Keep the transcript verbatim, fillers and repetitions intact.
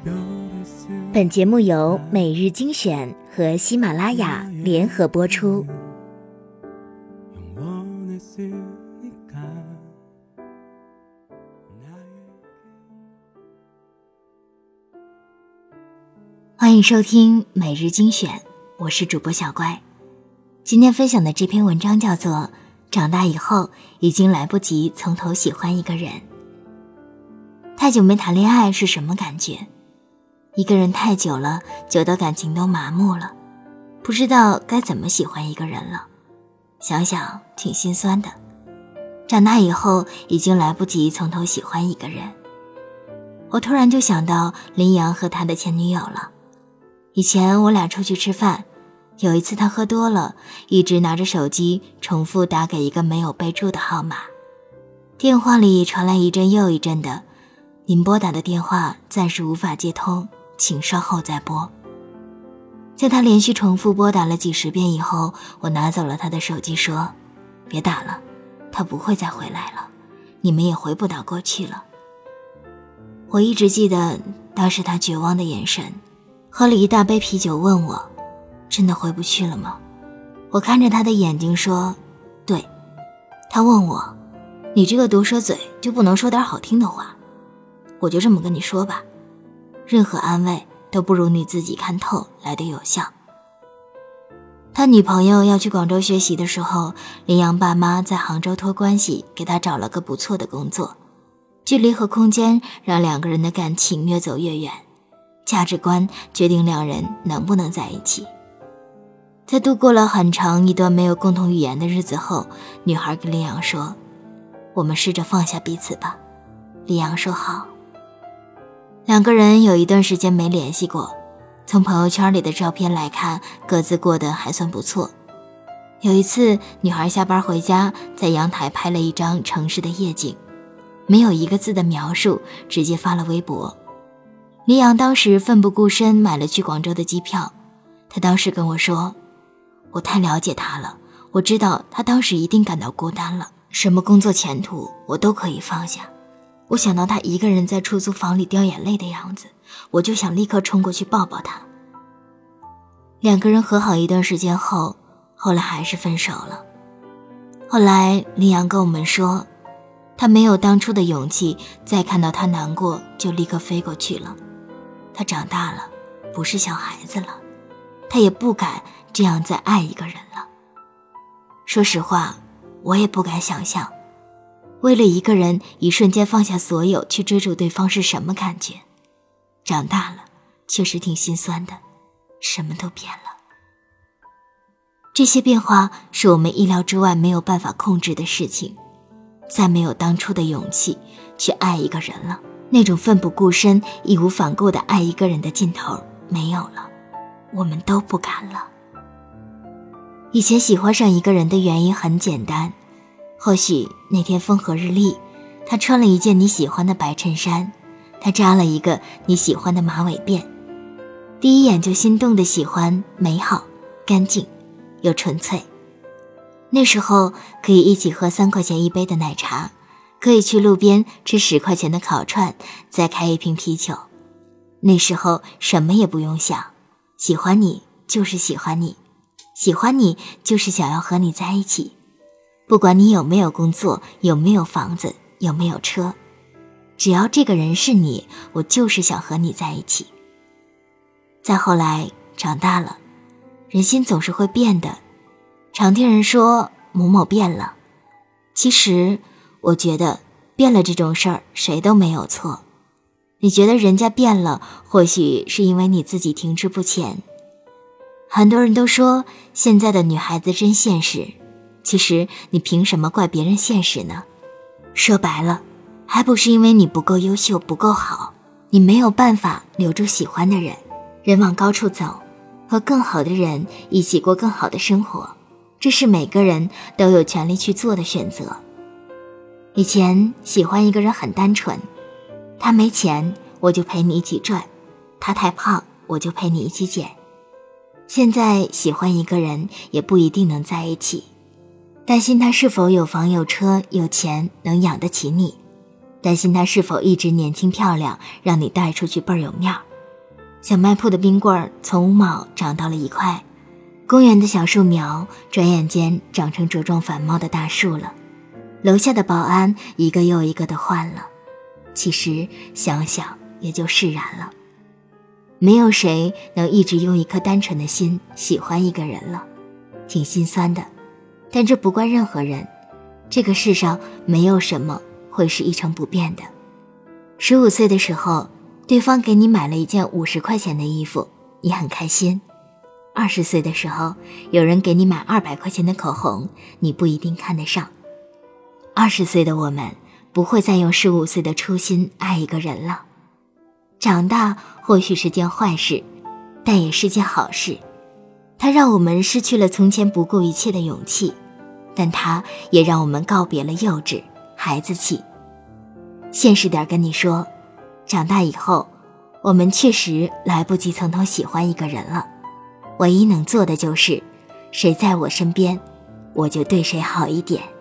本节目由每日精选和喜马拉雅联合播出。欢迎收听每日精选，我是主播小乖。今天分享的这篇文章叫做长大以后已经来不及从头喜欢一个人。太久没谈恋爱是什么感觉？一个人太久了，久到感情都麻木了，不知道该怎么喜欢一个人了。想想挺心酸的。长大以后已经来不及从头喜欢一个人。我突然就想到林阳和他的前女友了。以前我俩出去吃饭，有一次他喝多了，一直拿着手机重复打给一个没有备注的号码。电话里传来一阵又一阵的，您拨打的电话暂时无法接通，请稍后再拨。在他连续重复拨打了几十遍以后，我拿走了他的手机说，别打了，他不会再回来了，你们也回不到过去了。我一直记得当时他绝望的眼神，喝了一大杯啤酒问我，真的回不去了吗？我看着他的眼睛说，对。他问我，你这个毒舌嘴就不能说点好听的话？我就这么跟你说吧，任何安慰都不如你自己看透来的有效。他女朋友要去广州学习的时候，林阳爸妈在杭州托关系给他找了个不错的工作，距离和空间让两个人的感情越走越远，价值观决定两人能不能在一起。在度过了很长一段没有共同语言的日子后，女孩跟林阳说，我们试着放下彼此吧。林阳说好。两个人有一段时间没联系过，从朋友圈里的照片来看，各自过得还算不错。有一次女孩下班回家，在阳台拍了一张城市的夜景，没有一个字的描述，直接发了微博。林阳当时奋不顾身买了去广州的机票。他当时跟我说，我太了解他了，我知道他当时一定感到孤单了，什么工作前途我都可以放下。我想到他一个人在出租房里掉眼泪的样子，我就想立刻冲过去抱抱他。两个人和好一段时间后，后来还是分手了。后来林阳跟我们说，他没有当初的勇气再看到他难过就立刻飞过去了。他长大了，不是小孩子了，他也不敢这样再爱一个人了。说实话，我也不敢想象，为了一个人一瞬间放下所有去追逐对方是什么感觉。长大了，确实挺心酸的，什么都变了。这些变化是我们意料之外没有办法控制的事情，再没有当初的勇气去爱一个人了，那种奋不顾身义无反顾的爱一个人的劲头没有了，我们都不敢了。以前喜欢上一个人的原因很简单，或许那天风和日丽，他穿了一件你喜欢的白衬衫，他扎了一个你喜欢的马尾辫，第一眼就心动的喜欢美好、干净又纯粹。那时候可以一起喝三块钱一杯的奶茶，可以去路边吃十块钱的烤串，再开一瓶啤酒。那时候什么也不用想，喜欢你就是喜欢你，喜欢你就是想要和你在一起。不管你有没有工作，有没有房子，有没有车，只要这个人是你，我就是想和你在一起。再后来长大了，人心总是会变的，常听人说某某变了，其实我觉得变了这种事儿谁都没有错。你觉得人家变了，或许是因为你自己停滞不前。很多人都说现在的女孩子真现实，其实你凭什么怪别人现实呢？说白了，还不是因为你不够优秀，不够好，你没有办法留住喜欢的人。人往高处走，和更好的人一起过更好的生活，这是每个人都有权利去做的选择。以前喜欢一个人很单纯，他没钱我就陪你一起赚，他太胖我就陪你一起减。现在喜欢一个人也不一定能在一起，担心他是否有房有车有钱能养得起你，担心他是否一直年轻漂亮让你带出去倍儿有面儿。 小卖铺的冰棍儿从五毛涨到了一块，公园的小树苗转眼间长成茁壮繁茂的大树了，楼下的保安一个又一个的换了。其实想想也就释然了，没有谁能一直用一颗单纯的心喜欢一个人了，挺心酸的，但这不怪任何人，这个世上没有什么会是一成不变的。十五岁的时候，对方给你买了一件五十块钱的衣服，你很开心。二十岁的时候，有人给你买二百块钱的口红，你不一定看得上。二十岁的我们不会再用十五岁的初心爱一个人了。长大或许是件坏事，但也是件好事。它让我们失去了从前不顾一切的勇气，但它也让我们告别了幼稚、孩子气。现实点跟你说，长大以后，我们确实来不及从头喜欢一个人了。唯一能做的就是，谁在我身边，我就对谁好一点。